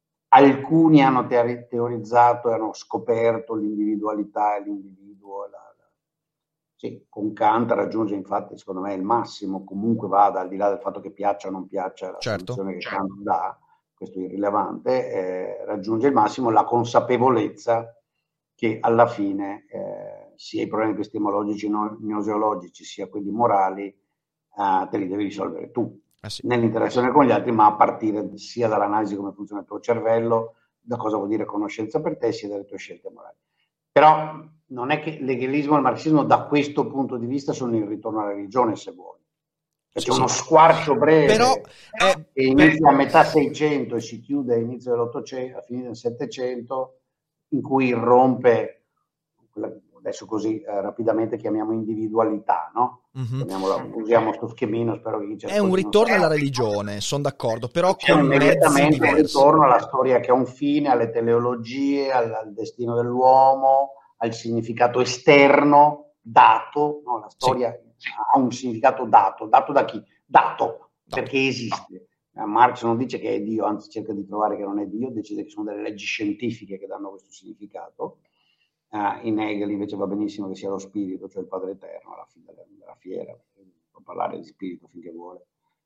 alcuni hanno teorizzato e hanno scoperto l'individualità e l'individuo, la, sì, con Kant raggiunge infatti secondo me il massimo, comunque vada al di là del fatto che piaccia o non piaccia la Certo. soluzione che Kant dà, questo è irrilevante, eh, raggiunge il massimo la consapevolezza che alla fine eh, sia i problemi epistemologici, no, gnoseologici, sia quelli morali, eh, te li devi risolvere tu, Eh sì. nell'interazione con gli altri, ma a partire sia dall'analisi di come funziona il tuo cervello, da cosa vuol dire conoscenza per te, sia dalle tue scelte morali. Però non è che l'egelismo e il marxismo da questo punto di vista sono il ritorno alla religione, se vuoi. C'è Sì, uno sì. squarcio breve Però, eh, che inizia a metà Seicento e si chiude all'inizio dell'Ottocento, a fine del Settecento, in cui irrompe, adesso così eh, rapidamente chiamiamo individualità, no? mm-hmm. Chiamiamola, usiamo sto schemino, spero che chi ci È un ascolti non ritorno sa. alla religione, sono d'accordo, però C'è con mezzi immediatamente un diversi. ritorno alla storia che ha un fine, alle teleologie, al, al destino dell'uomo, al significato esterno, dato, no? La storia sì. ha un significato dato, dato da chi? Dato, dato. Perché esiste. Marx non dice che è Dio, anzi cerca di trovare che non è Dio, decide che sono delle leggi scientifiche che danno questo significato. Uh, in Hegel invece va benissimo che sia lo spirito, cioè il Padre Eterno, alla fine della, della fiera, può parlare di spirito finché vuole.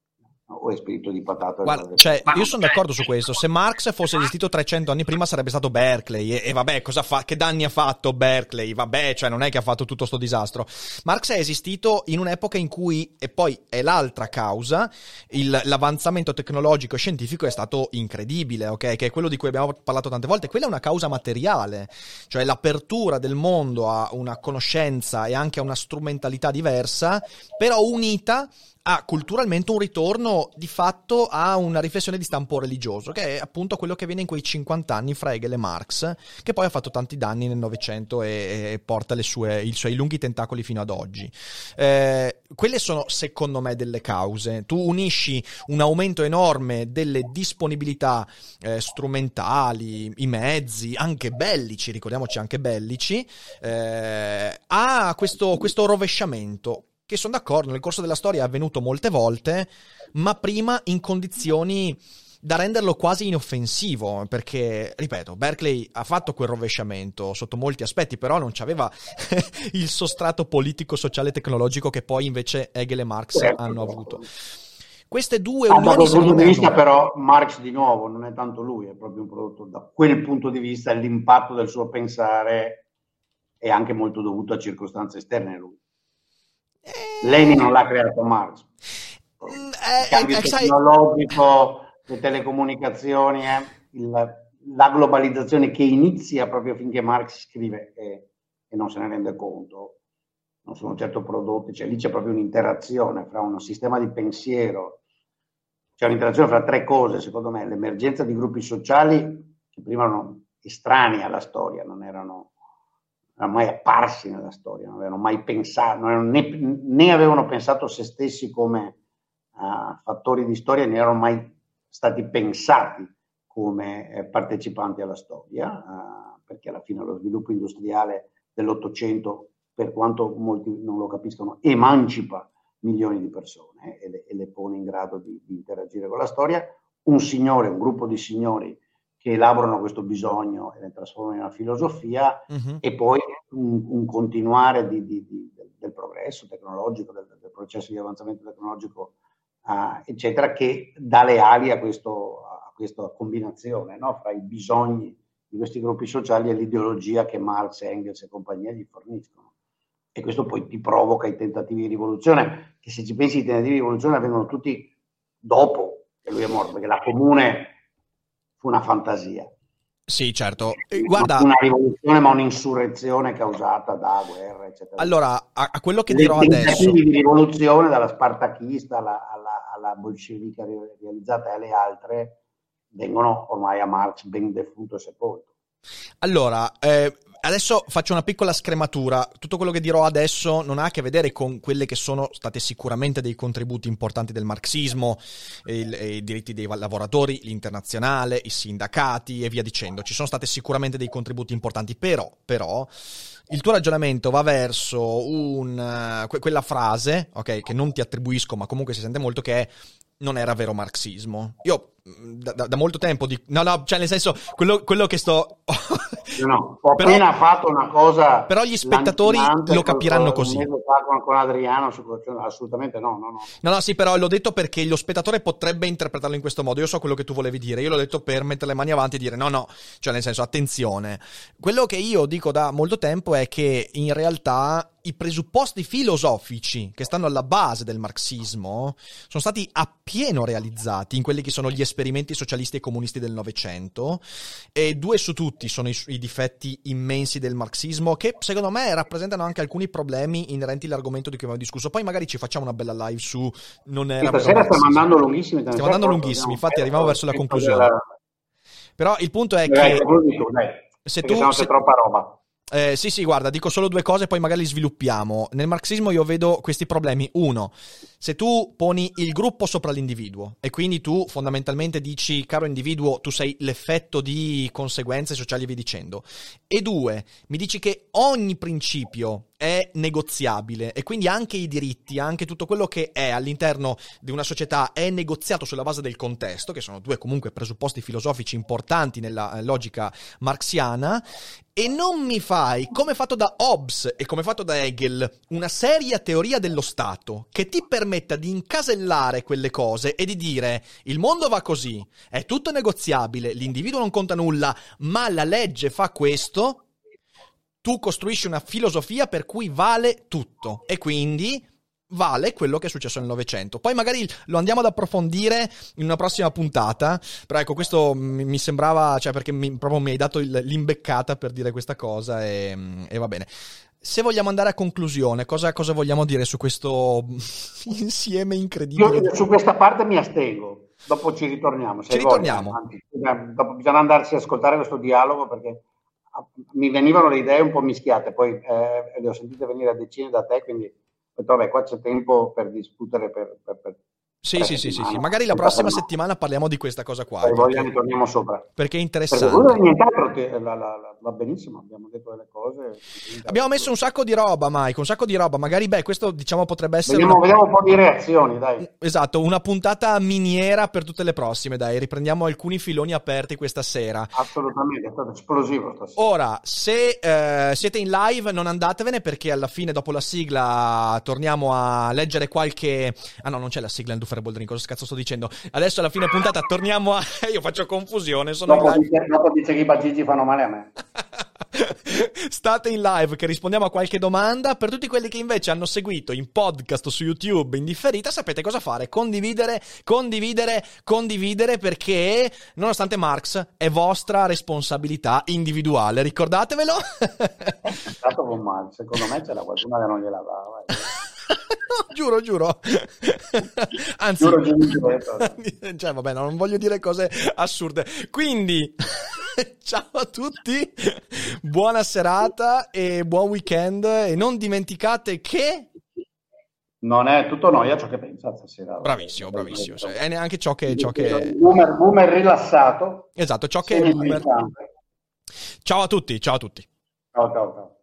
O è spirito di patata. Guarda, cioè, io sono d'accordo su questo. Se Marx fosse esistito trecento anni prima sarebbe stato Berkeley e, e vabbè, cosa fa? Che danni ha fatto Berkeley? Vabbè, cioè non è che ha fatto tutto sto disastro. Marx è esistito in un'epoca in cui, e poi è l'altra causa, il, l'avanzamento tecnologico e scientifico è stato incredibile, ok? Che è quello di cui abbiamo parlato tante volte. Quella è una causa materiale, cioè l'apertura del mondo a una conoscenza e anche a una strumentalità diversa, però unita ha culturalmente un ritorno di fatto a una riflessione di stampo religioso, che è appunto quello che avviene in quei cinquanta anni fra Hegel e Marx, che poi ha fatto tanti danni nel Novecento e, e porta le sue, i suoi lunghi tentacoli fino ad oggi. Eh, quelle sono secondo me delle cause. Tu unisci un aumento enorme delle disponibilità eh, strumentali, i mezzi, anche bellici, ricordiamoci anche bellici, eh, a questo, questo rovesciamento, che sono d'accordo, nel corso della storia è avvenuto molte volte, ma prima in condizioni da renderlo quasi inoffensivo, perché, ripeto, Berkeley ha fatto quel rovesciamento sotto molti aspetti, però non c'aveva il sostrato politico, sociale e tecnologico che poi invece Hegel e Marx certo, hanno certo. avuto. Queste due ah, unioni, da quel punto secondo di me, vista hanno... però Marx di nuovo non è tanto lui, è proprio un prodotto da quel punto di vista, l'impatto del suo pensare è anche molto dovuto a circostanze esterne a lui. Eh... Lenin non l'ha creato Marx. Il Eh, cambio eh, sai... tecnologico, le telecomunicazioni, eh, il, la globalizzazione che inizia proprio finché Marx scrive e, e non se ne rende conto, non sono certo prodotti, cioè lì c'è proprio un'interazione fra un sistema di pensiero, c'è un'interazione fra tre cose, secondo me: l'emergenza di gruppi sociali che prima erano estranei alla storia, non erano, non erano mai apparsi nella storia, non avevano mai pensato, non erano né, né avevano pensato se stessi come uh, fattori di storia, né erano mai stati pensati come eh, partecipanti alla storia, uh, perché alla fine lo sviluppo industriale dell'Ottocento, per quanto molti non lo capiscono, emancipa milioni di persone e le, e le pone in grado di, di interagire con la storia. Un signore, un gruppo di signori che elaborano questo bisogno e ne trasformano in una filosofia, uh-huh. e poi un, un continuare di, di, di, del, del progresso tecnologico, del, del processo di avanzamento tecnologico, uh, eccetera, che dà le ali a, questo, a questa combinazione, no? Fra i bisogni di questi gruppi sociali e l'ideologia che Marx, Engels e compagnia gli forniscono. E questo poi ti provoca i tentativi di rivoluzione, che se ci pensi i tentativi di rivoluzione avvengono tutti dopo che lui è morto, perché la Comune fu una fantasia. Sì, certo. Eh, Guarda, non fu una rivoluzione, ma un'insurrezione causata da guerra, eccetera. Allora, a, a quello che Le dirò adesso... I tentativi di rivoluzione, dalla spartachista alla, alla, alla bolscevica realizzata e alle altre, vengono ormai a Marx ben defunto e sepolto. Allora, eh, adesso faccio una piccola scrematura. Tutto quello che dirò adesso non ha a che vedere con quelle che sono state sicuramente dei contributi importanti del marxismo, il, i diritti dei lavoratori, l'internazionale, i sindacati e via dicendo. Ci sono state sicuramente dei contributi importanti, però, però il tuo ragionamento va verso un, que- quella frase, ok, che non ti attribuisco, ma comunque si sente molto, che è: non era vero marxismo. Io da, da, da molto tempo dico, no no, cioè nel senso, quello, quello che sto no, ho però, appena fatto una cosa, però gli spettatori lo capiranno così. Un mese fa con, con Adriano, assolutamente no, no, no. No, no, sì, però l'ho detto perché lo spettatore potrebbe interpretarlo in questo modo. Io so quello che tu volevi dire, io l'ho detto per mettere le mani avanti e dire no, no, cioè nel senso, attenzione. Quello che io dico da molto tempo è che in realtà i presupposti filosofici che stanno alla base del marxismo sono stati appieno realizzati in quelli che sono gli esperimenti socialisti e comunisti del Novecento, e due su tutti sono i, i difetti immensi del marxismo, che secondo me rappresentano anche alcuni problemi inerenti all'argomento di cui abbiamo discusso. Poi magari ci facciamo una bella live su non era vero stasera stiamo andando lunghissimi, stiamo andando lunghissimi, infatti arriviamo verso la conclusione della... però il punto è dai, che tu, dai, se tu se... c'è troppa roba. Eh, sì, sì, guarda, dico solo due cose, poi magari li sviluppiamo. Nel marxismo io vedo questi problemi. Uno, se tu poni il gruppo sopra l'individuo e quindi tu fondamentalmente dici: caro individuo, tu sei l'effetto di conseguenze sociali e via dicendo. E due, mi dici che ogni principio è negoziabile e quindi anche i diritti, anche tutto quello che è all'interno di una società è negoziato sulla base del contesto, che sono due comunque presupposti filosofici importanti nella logica marxiana. E non mi fai, come fatto da Hobbes e come fatto da Hegel, una seria teoria dello Stato che ti permetta di incasellare quelle cose e di dire: il mondo va così, è tutto negoziabile, l'individuo non conta nulla, ma la legge fa questo. Tu costruisci una filosofia per cui vale tutto e quindi vale quello che è successo nel Novecento. Poi magari lo andiamo ad approfondire in una prossima puntata, però ecco, questo mi, mi sembrava, cioè perché mi, proprio mi hai dato il, l'imbeccata per dire questa cosa e, e va bene. Se vogliamo andare a conclusione, cosa, cosa vogliamo dire su questo insieme incredibile? Io su questa parte mi astengo, dopo ci ritorniamo. Ci ritorniamo. Anzi, dopo bisogna andarsi ad ascoltare questo dialogo, perché mi venivano le idee un po' mischiate, poi eh, le ho sentite venire a decine da te, quindi vabbè, qua c'è tempo per discutere per, per, per Sì, sì, sì, sì, sì, magari la prossima settimana parliamo di questa cosa qua. Poi voglia Perché, ne torniamo sopra. perché è Perché interessante. quello nient'altro che la, la, la, va benissimo, abbiamo detto delle cose. Abbiamo messo un sacco di roba, Mike, un sacco di roba. Magari, beh, questo diciamo potrebbe essere Vediamo, una... vediamo un po' di reazioni, dai. Esatto, una puntata miniera per tutte le prossime, dai, riprendiamo alcuni filoni aperti questa sera. Assolutamente, è stato esplosivo stasera. Ora, se eh, siete in live non andatevene, perché alla fine dopo la sigla torniamo a leggere qualche... Ah no, non c'è la sigla in Do Fare Boldrin, cosa cazzo sto dicendo? Adesso alla fine puntata torniamo a... Io faccio confusione, sono Dopo in live. dice, dopo dice che i bagigi fanno male a me. State in live che rispondiamo a qualche domanda. Per tutti quelli che invece hanno seguito in podcast su YouTube in differita, sapete cosa fare: condividere, condividere, condividere, perché nonostante Marx è vostra responsabilità individuale, ricordatevelo. È stato con Marx, secondo me c'era qualcuno che non gliela dava. No, giuro, giuro. Anzi, Giuro, giuro, giuro. cioè, vabbè, no, non voglio dire cose assurde. Quindi, ciao a tutti, buona serata e buon weekend. E non dimenticate che... Non è tutto noia ciò che pensa stasera. Bravissimo, bravissimo. È neanche ciò che... Ciò che... Boomer, boomer rilassato. Esatto, ciò che... Boomer... Semi-pensante. Ciao a tutti, ciao a tutti. Ciao, ciao, ciao.